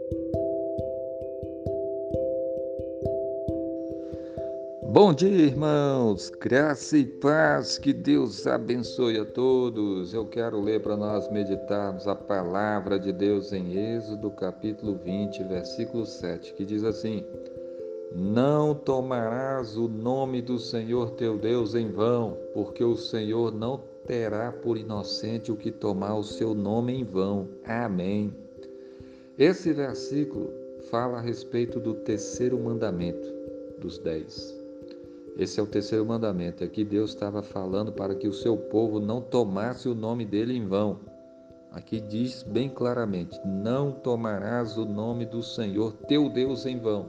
Bom dia, irmãos, graça e paz, que Deus abençoe a todos. Eu quero ler para nós meditarmos a palavra de Deus em Êxodo, capítulo 20, versículo 7, que diz assim: Não tomarás o nome do Senhor teu Deus em vão, porque o Senhor não terá por inocente o que tomar o seu nome em vão. Amém. Esse versículo fala a respeito do terceiro mandamento dos 10. Esse é o terceiro mandamento. Aqui Deus estava falando para que o seu povo não tomasse o nome dele em vão. Aqui diz bem claramente: não tomarás o nome do Senhor teu Deus em vão.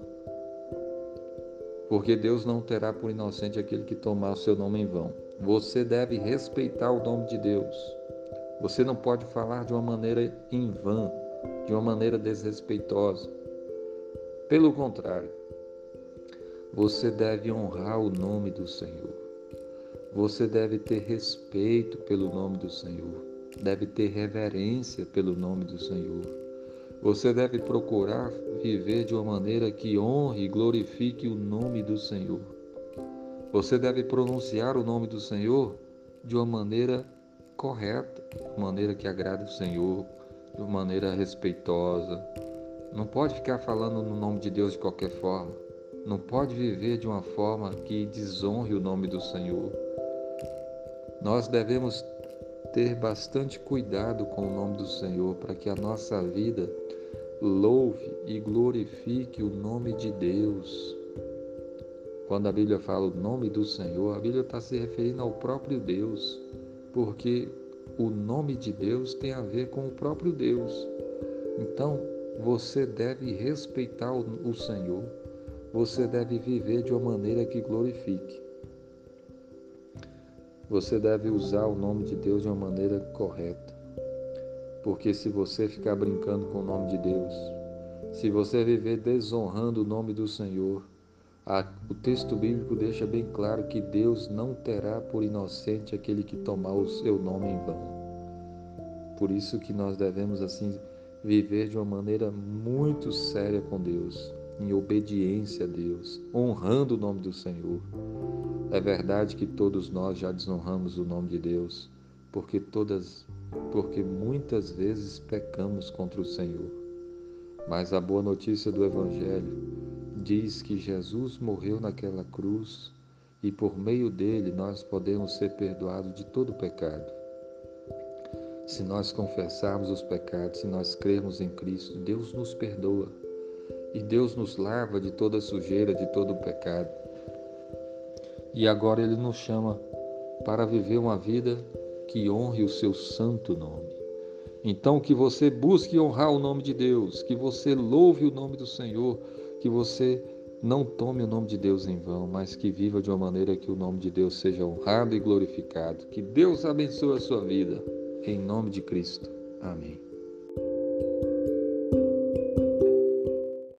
Porque Deus não terá por inocente aquele que tomar o seu nome em vão. Você deve respeitar o nome de Deus. Você não pode falar de uma maneira em vão, de uma maneira desrespeitosa. Pelo contrário, você deve honrar o nome do Senhor. Você deve ter respeito pelo nome do Senhor. Deve ter reverência pelo nome do Senhor. Você deve procurar viver de uma maneira que honre e glorifique o nome do Senhor. Você deve pronunciar o nome do Senhor de uma maneira correta, de uma maneira que agrade o Senhor, de uma maneira respeitosa. Não pode ficar falando no nome de Deus de qualquer forma. Não pode viver de uma forma que desonre o nome do Senhor. Nós devemos ter bastante cuidado com o nome do Senhor para que a nossa vida louve e glorifique o nome de Deus. Quando a Bíblia fala o nome do Senhor, a Bíblia está se referindo ao próprio Deus, porque o nome de Deus tem a ver com o próprio Deus. Então, você deve respeitar o Senhor. Você deve viver de uma maneira que glorifique. Você deve usar o nome de Deus de uma maneira correta. Porque se você ficar brincando com o nome de Deus, se você viver desonrando o nome do Senhor, o texto bíblico deixa bem claro que Deus não terá por inocente aquele que tomar o seu nome em vão. Por isso que nós devemos assim viver de uma maneira muito séria com Deus, em obediência a Deus, honrando o nome do Senhor. É verdade que todos nós já desonramos o nome de Deus, porque muitas vezes pecamos contra o Senhor. Mas a boa notícia do Evangelho diz que Jesus morreu naquela cruz e por meio dele nós podemos ser perdoados de todo pecado. Se nós confessarmos os pecados, se nós crermos em Cristo, Deus nos perdoa e Deus nos lava de toda sujeira, de todo pecado. E agora Ele nos chama para viver uma vida que honre o seu santo nome. Então, que você busque honrar o nome de Deus, que você louve o nome do Senhor, que você não tome o nome de Deus em vão, mas que viva de uma maneira que o nome de Deus seja honrado e glorificado. Que Deus abençoe a sua vida. Em nome de Cristo. Amém.